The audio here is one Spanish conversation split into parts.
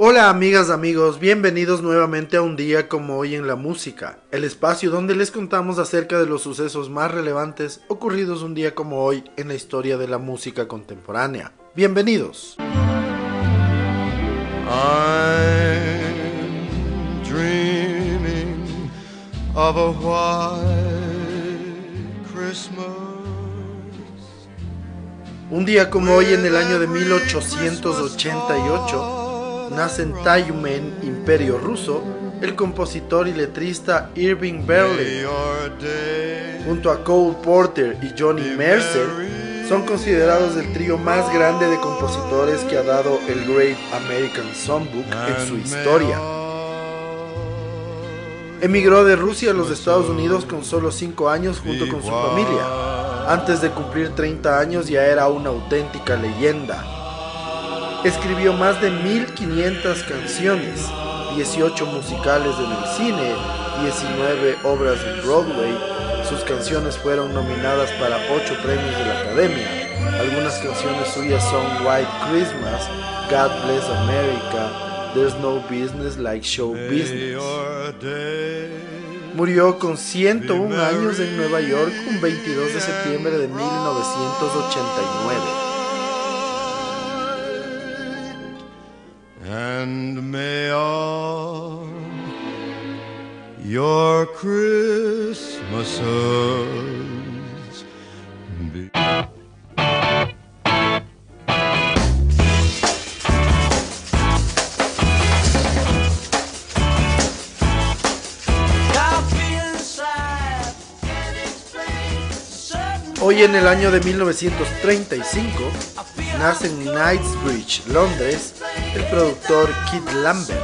Hola amigas, amigos, bienvenidos nuevamente a un día como hoy en la música, el espacio donde les contamos acerca de los sucesos más relevantes ocurridos un día como hoy en la historia de la música contemporánea. Bienvenidos. I'm dreaming of a white Christmas. Un día como hoy en el año de 1888, nace en Tyumen, Imperio Ruso, el compositor y letrista Irving Berlin. Junto a Cole Porter y Johnny Mercer, son considerados el trío más grande de compositores que ha dado el Great American Songbook en su historia. Emigró de Rusia a los Estados Unidos con solo 5 años junto con su familia. Antes de cumplir 30 años ya era una auténtica leyenda. Escribió más de 1500 canciones, 18 musicales en el cine, 19 obras en Broadway. Sus canciones fueron nominadas para 8 premios de la Academia. Algunas canciones suyas son White Christmas, God Bless America, There's No Business Like Show Business. Murió con 101 años en Nueva York un 22 de septiembre de 1989. And may all your Christmases be. Hoy en el año de 1935 nace en Knightsbridge, Londres, el productor Kid Lambert.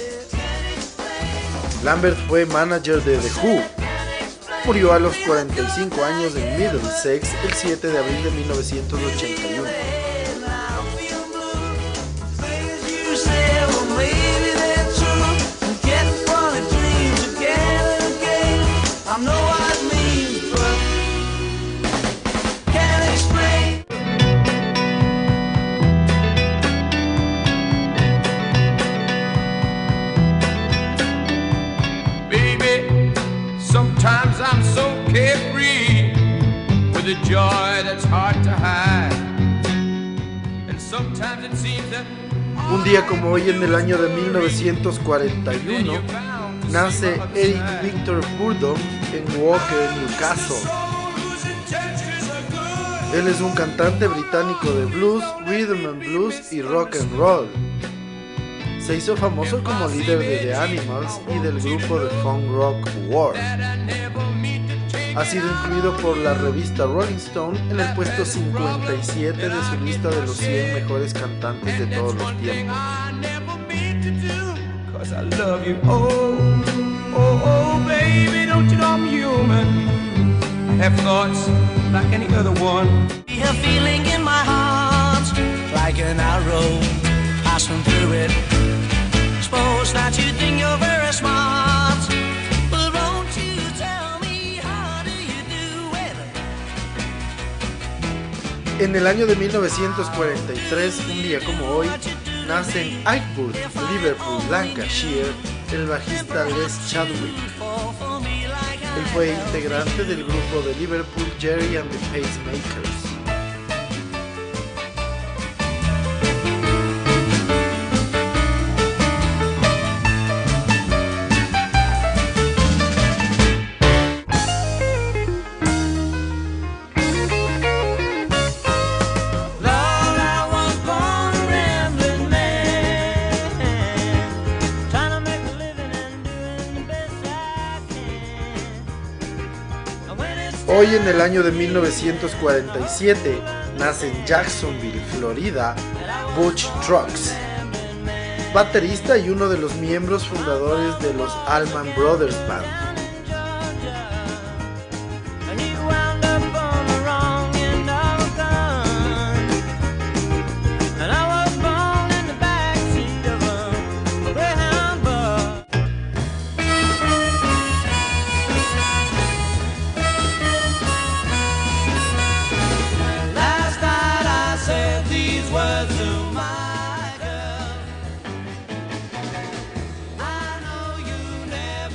Lambert fue manager de The Who. Murió a los 45 años en Middlesex el 7 de abril de 1981. Sometimes I'm so carefree with a joy that's hard to hide. And sometimes it seems that un día como hoy en el año de 1941 nace Eric Victor Burdon en Walker, Newcastle. Él es un cantante británico de blues, rhythm and blues y rock and roll. Se hizo famoso como líder de The Animals y del grupo de funk rock War. Ha sido incluido por la revista Rolling Stone en el puesto 57 de su lista de los 100 mejores cantantes de todos los tiempos. That you think you're very smart. Well, won't you tell me how do you do it? En el año de 1943, un día como hoy, nace en Highbury, Liverpool, Lancashire, el bajista Les Chadwick. Él fue integrante del grupo de Liverpool Jerry and the Pacemakers. Hoy en el año de 1947 nace en Jacksonville, Florida, Butch Trucks, baterista y uno de los miembros fundadores de los Allman Brothers Band.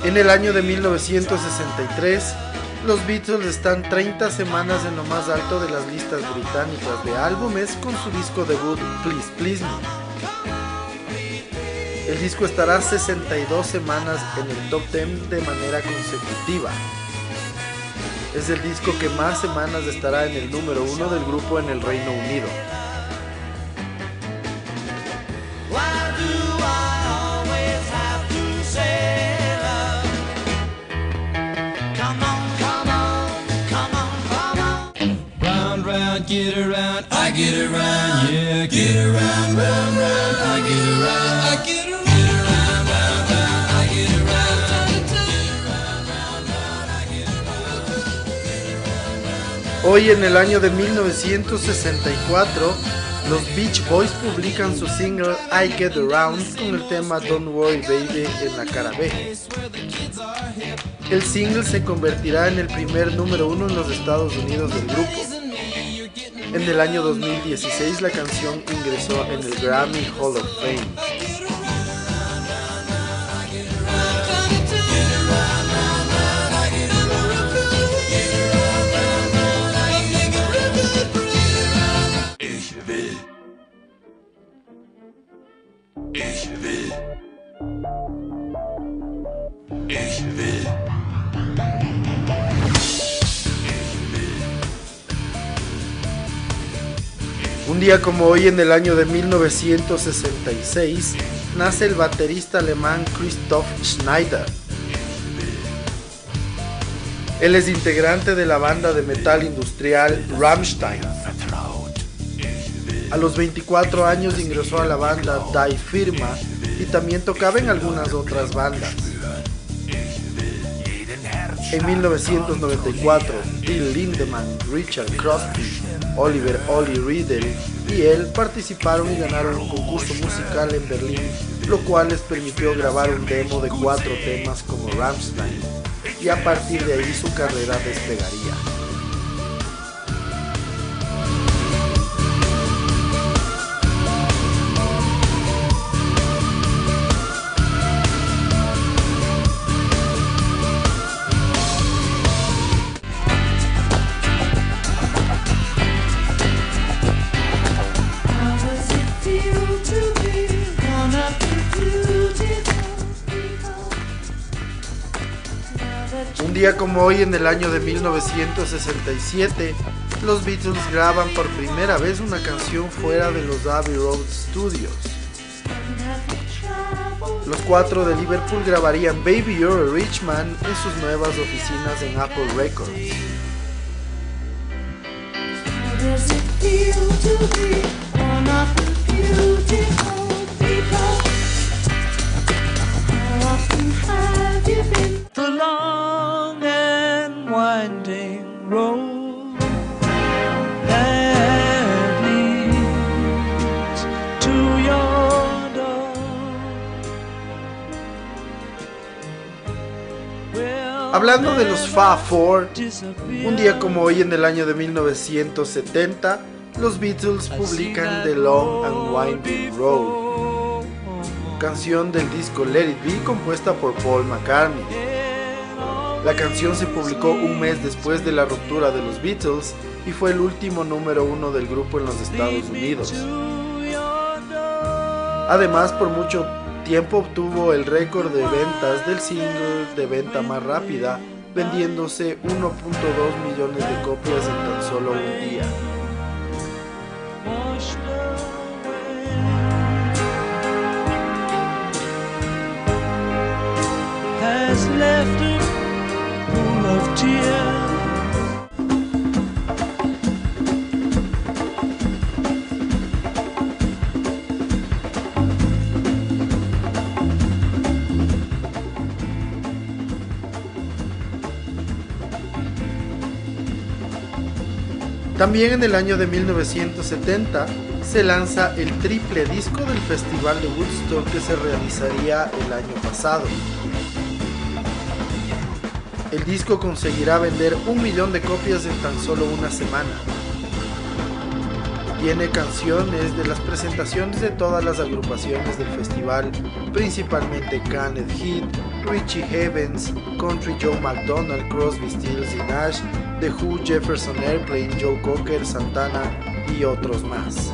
En el año de 1963, los Beatles están 30 semanas en lo más alto de las listas británicas de álbumes con su disco debut Please Please Me. El disco estará 62 semanas en el top 10 de manera consecutiva. Es el disco que más semanas estará en el número 1 del grupo en el Reino Unido. Get around, I get around, yeah, get around, round, round, I get around, I get around, round, round, I get around, Hoy en el año de 1964, los Beach Boys publican su single I Get Around con el tema Don't Worry Baby en la cara B. El single se convertirá en el primer número 1 en los Estados Unidos del grupo. En el año 2016 la canción ingresó en el Grammy Hall of Fame. Un día como hoy en el año de 1966 nace el baterista alemán Christoph Schneider. Él es integrante de la banda de metal industrial Rammstein. A los 24 años ingresó a la banda Die Firma y también tocaba en algunas otras bandas. En 1994, Till Lindemann, Richard Crosby, Oliver "Oli" Riddle y él participaron y ganaron un concurso musical en Berlín, lo cual les permitió grabar un demo de 4 temas como Rammstein, y a partir de ahí su carrera despegaría. Un día como hoy en el año de 1967, los Beatles graban por primera vez una canción fuera de los Abbey Road Studios. Los 4 de Liverpool grabarían Baby You're a Rich Man en sus nuevas oficinas en Apple Records. The long and winding road that leads to your door. Hablando de los Fab Four, un día como hoy en el año de 1970, los Beatles publican The Long and Winding Road, canción del disco Let It Be compuesta por Paul McCartney. La canción se publicó un mes después de la ruptura de los Beatles y fue el último número 1 del grupo en los Estados Unidos. Además, por mucho tiempo obtuvo el récord de ventas del single de venta más rápida, vendiéndose 1.2 millones de copias en tan solo un día. Has left a pool of tears. También en el año de 1970 se lanza el triple disco del Festival de Woodstock que se realizaría el año pasado. El disco conseguirá vender 1 millón de copias en tan solo una semana. Tiene canciones de las presentaciones de todas las agrupaciones del festival, principalmente Canned Heat, Richie Havens, Country Joe McDonald, Crosby, Stills y Nash, The Who, Jefferson Airplane, Joe Cocker, Santana y otros más.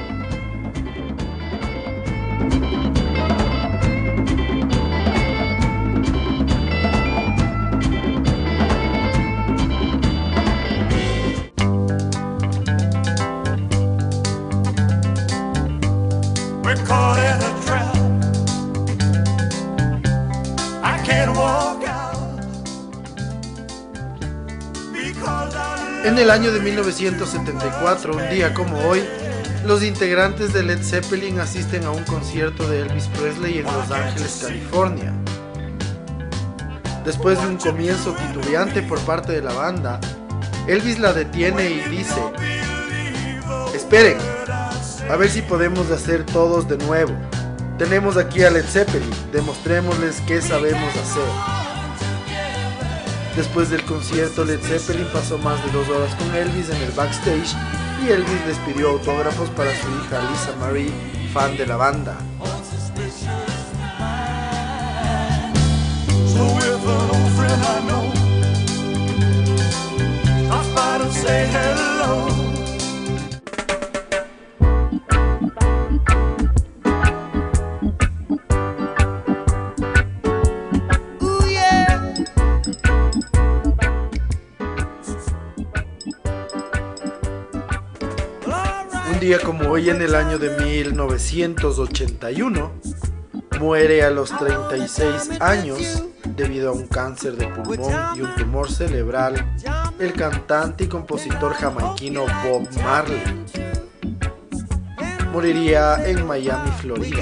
En el año de 1974, un día como hoy, los integrantes de Led Zeppelin asisten a un concierto de Elvis Presley en Los Ángeles, California. Después de un comienzo titubeante por parte de la banda, Elvis la detiene y dice: "Esperen, a ver si podemos hacer todos de nuevo. Tenemos aquí a Led Zeppelin, demostrémosles qué sabemos hacer". Después del concierto, Led Zeppelin pasó más de 2 horas con Elvis en el backstage y Elvis les pidió autógrafos para su hija Lisa Marie, fan de la banda. Un día como hoy, en el año de 1981, muere a los 36 años debido a un cáncer de pulmón y un tumor cerebral el cantante y compositor jamaiquino Bob Marley. Moriría en Miami, Florida.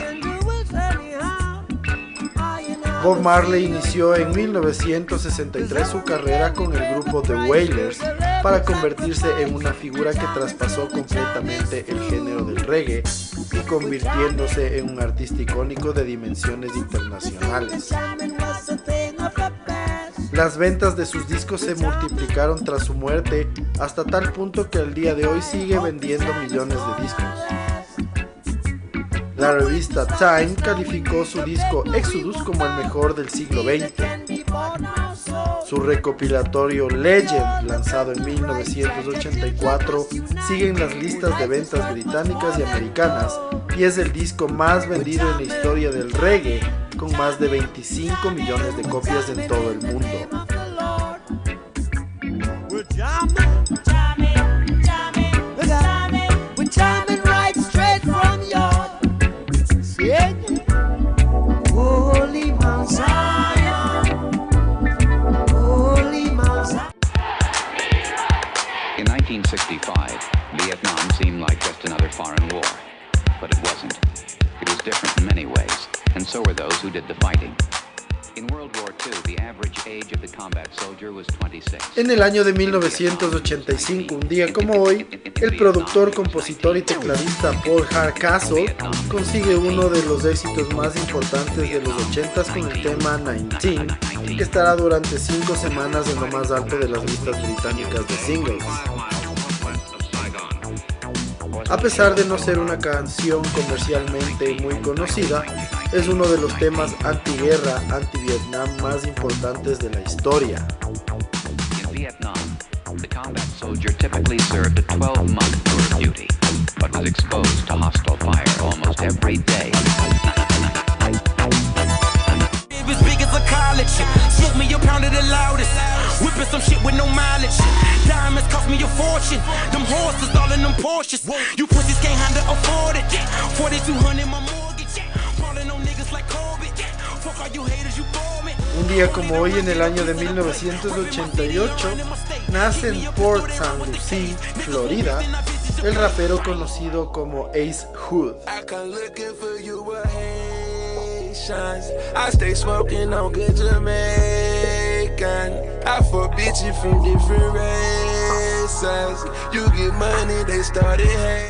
Bob Marley inició en 1963 su carrera con el grupo The Wailers para convertirse en una figura que traspasó completamente el género del reggae y convirtiéndose en un artista icónico de dimensiones internacionales. Las ventas de sus discos se multiplicaron tras su muerte hasta tal punto que al día de hoy sigue vendiendo millones de discos. La revista Time calificó su disco Exodus como el mejor del siglo XX. Su recopilatorio Legend, lanzado en 1984, sigue en las listas de ventas británicas y americanas y es el disco más vendido en la historia del reggae, con más de 25 millones de copias en todo el mundo. In 1965, Vietnam seemed like just another foreign war, but it wasn't. It was different in many ways, and so were those who did the fighting. In World War II, the average age of the combat soldier was 26. En el año de 1985, un día como hoy, el productor, compositor y tecladista Paul Hardcastle consigue uno de los éxitos más importantes de los 80s con el tema 19, que estará durante 5 semanas en lo más alto de las listas británicas de singles. A pesar de no ser una canción comercialmente muy conocida, es uno de los temas antiguerra, anti-Vietnam más importantes de la historia. In Vietnam, the combat soldier typically served a 12-month tour of duty, but was exposed to hostile fire almost every day. It was big as a college. Smoke me a pound of the loudest. Whipping some shit with no mileage. Diamonds cost me a fortune. Them horses all in them Porsches. You pussies can't handle afford it. 4200 my mortgage. Falling on niggas like Kobe. Fuck all you haters, you bore me. Un día como hoy, en el año de 1988, nace en Port St. Lucie, Florida, el rapero conocido como Ace Hood. I stay smoking on good Jamaican. I fuck bitches from different races. You get money, they started hating.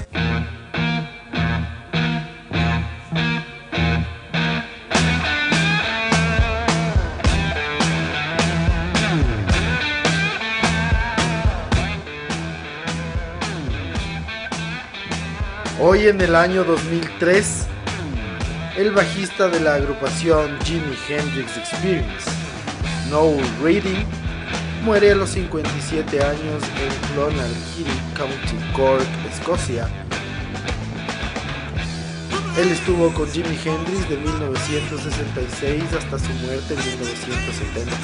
Hoy, en el año 2003, el bajista de la agrupación Jimi Hendrix Experience, Noel Redding, muere a los 57 años en Clonarkiri, County Cork, Escocia. Él estuvo con Jimi Hendrix de 1966 hasta su muerte en 1970.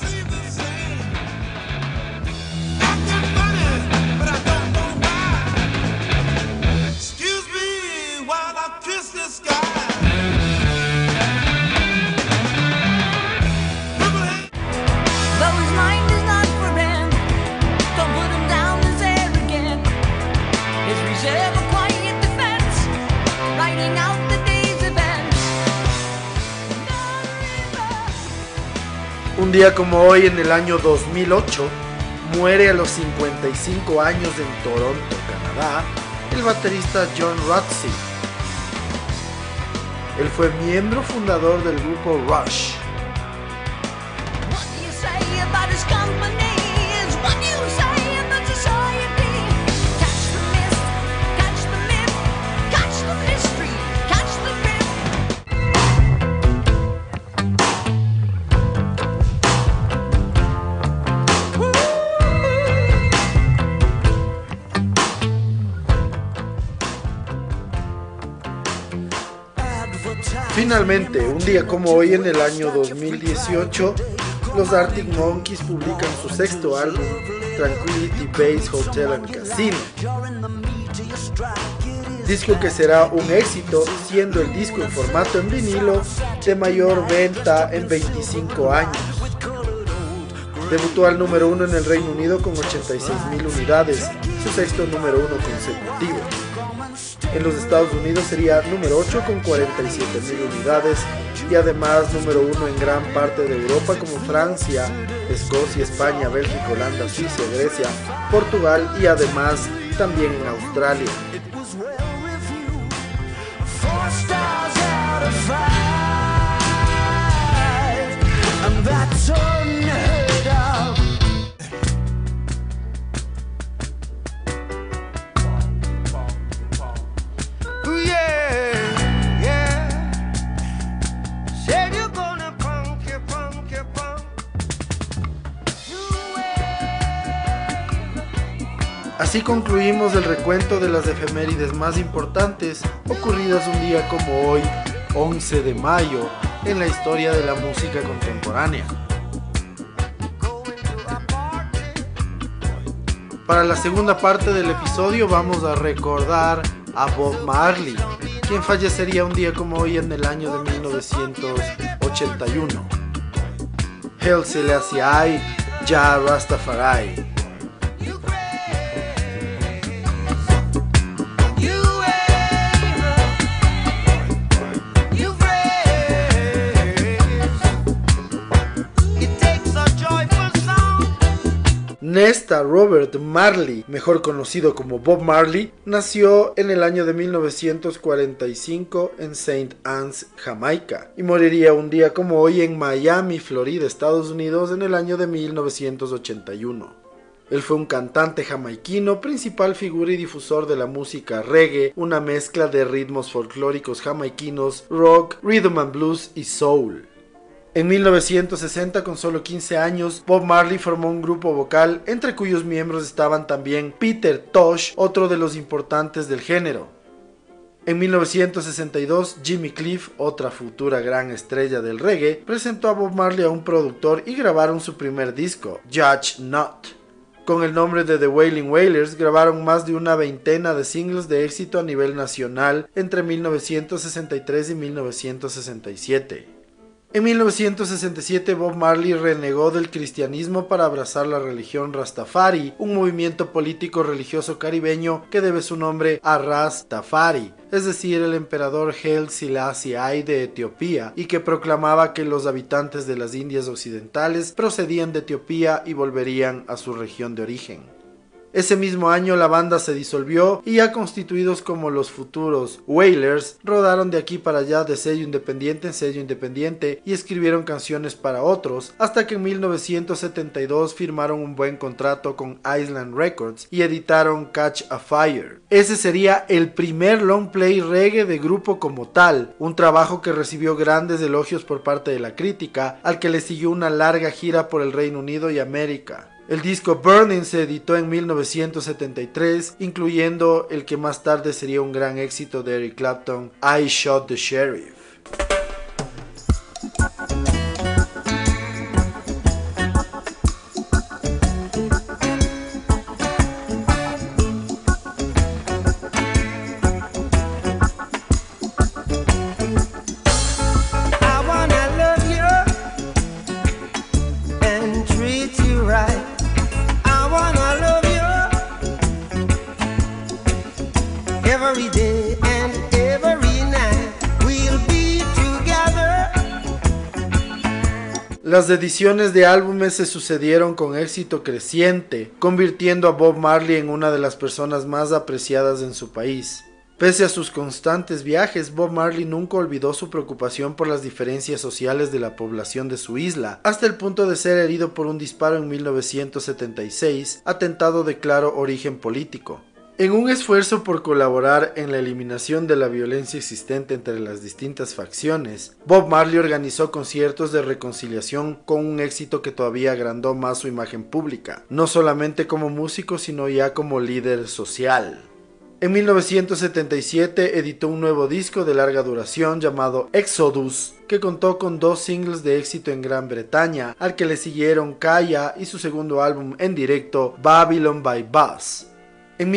Un día como hoy, en el año 2008, muere a los 55 años en Toronto, Canadá, el baterista John Rutsey. Él fue miembro fundador del grupo Rush. Finalmente, un día como hoy en el año 2018, los Arctic Monkeys publican su sexto álbum, Tranquility Base Hotel and Casino. Disco que será un éxito, siendo el disco en formato en vinilo de mayor venta en 25 años. Debutó al número 1 en el Reino Unido con 86.000 unidades, su sexto número 1 consecutivo. En los Estados Unidos sería número 8 con 47.000 unidades y además número 1 en gran parte de Europa como Francia, Escocia, España, Bélgica, Holanda, Suiza, Grecia, Portugal y además también en Australia. Así concluimos el recuento de las efemérides más importantes ocurridas un día como hoy, 11 de mayo, en la historia de la música contemporánea. Para la segunda parte del episodio vamos a recordar a Bob Marley, quien fallecería un día como hoy en el año de 1981. Haile Selassie, Jah Rastafari. Nesta Robert Marley, mejor conocido como Bob Marley, nació en el año de 1945 en St. Anne's, Jamaica, y moriría un día como hoy en Miami, Florida, Estados Unidos, en el año de 1981. Él fue un cantante jamaiquino, principal figura y difusor de la música reggae, una mezcla de ritmos folclóricos jamaiquinos, rock, rhythm and blues y soul. En 1960, con solo 15 años, Bob Marley formó un grupo vocal, entre cuyos miembros estaban también Peter Tosh, otro de los importantes del género. En 1962, Jimmy Cliff, otra futura gran estrella del reggae, presentó a Bob Marley a un productor y grabaron su primer disco, Judge Not. Con el nombre de The Wailing Wailers, grabaron más de una veintena de singles de éxito a nivel nacional entre 1963 y 1967. En 1967, Bob Marley renegó del cristianismo para abrazar la religión Rastafari, un movimiento político religioso caribeño que debe su nombre a Ras Tafari, es decir, el emperador Haile Selassie de Etiopía, y que proclamaba que los habitantes de las Indias Occidentales procedían de Etiopía y volverían a su región de origen. Ese mismo año la banda se disolvió y ya constituidos como los futuros Wailers, rodaron de aquí para allá de sello independiente en sello independiente y escribieron canciones para otros, hasta que en 1972 firmaron un buen contrato con Island Records y editaron Catch a Fire. Ese sería el primer long play reggae de grupo como tal, un trabajo que recibió grandes elogios por parte de la crítica, al que le siguió una larga gira por el Reino Unido y América. El disco Burning se editó en 1973, incluyendo el que más tarde sería un gran éxito de Eric Clapton, I Shot the Sheriff. Las ediciones de álbumes se sucedieron con éxito creciente, convirtiendo a Bob Marley en una de las personas más apreciadas en su país. Pese a sus constantes viajes, Bob Marley nunca olvidó su preocupación por las diferencias sociales de la población de su isla, hasta el punto de ser herido por un disparo en 1976, atentado de claro origen político. En un esfuerzo por colaborar en la eliminación de la violencia existente entre las distintas facciones, Bob Marley organizó conciertos de reconciliación con un éxito que todavía agrandó más su imagen pública, no solamente como músico sino ya como líder social. En 1977 editó un nuevo disco de larga duración llamado Exodus, que contó con 2 singles de éxito en Gran Bretaña, al que le siguieron Kaya y su segundo álbum en directo, Babylon by Bus. En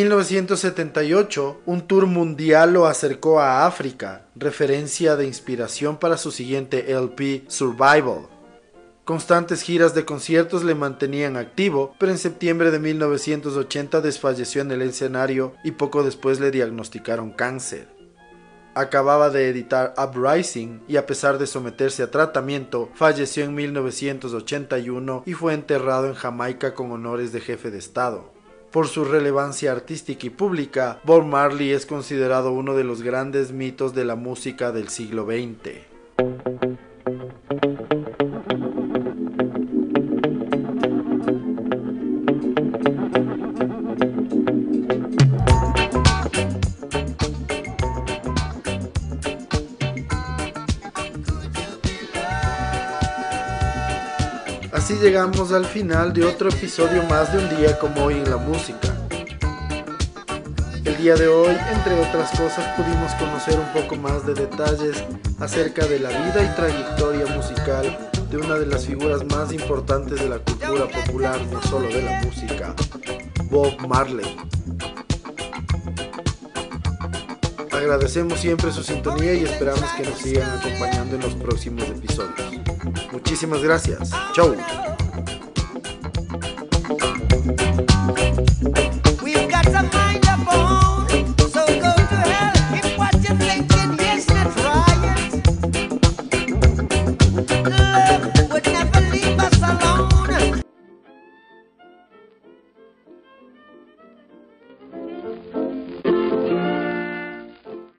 1978, un tour mundial lo acercó a África, referencia de inspiración para su siguiente LP, Survival. Constantes giras de conciertos le mantenían activo, pero en septiembre de 1980 desfalleció en el escenario y poco después le diagnosticaron cáncer. Acababa de editar Uprising y a pesar de someterse a tratamiento, falleció en 1981 y fue enterrado en Jamaica con honores de jefe de Estado. Por su relevancia artística y pública, Bob Marley es considerado uno de los grandes mitos de la música del siglo XX. Así llegamos al final de otro episodio más de Un Día Como Hoy en la Música. El día de hoy, entre otras cosas, pudimos conocer un poco más de detalles acerca de la vida y trayectoria musical de una de las figuras más importantes de la cultura popular, no solo de la música, Bob Marley. Agradecemos siempre su sintonía y esperamos que nos sigan acompañando en los próximos episodios. Muchísimas gracias. Chau.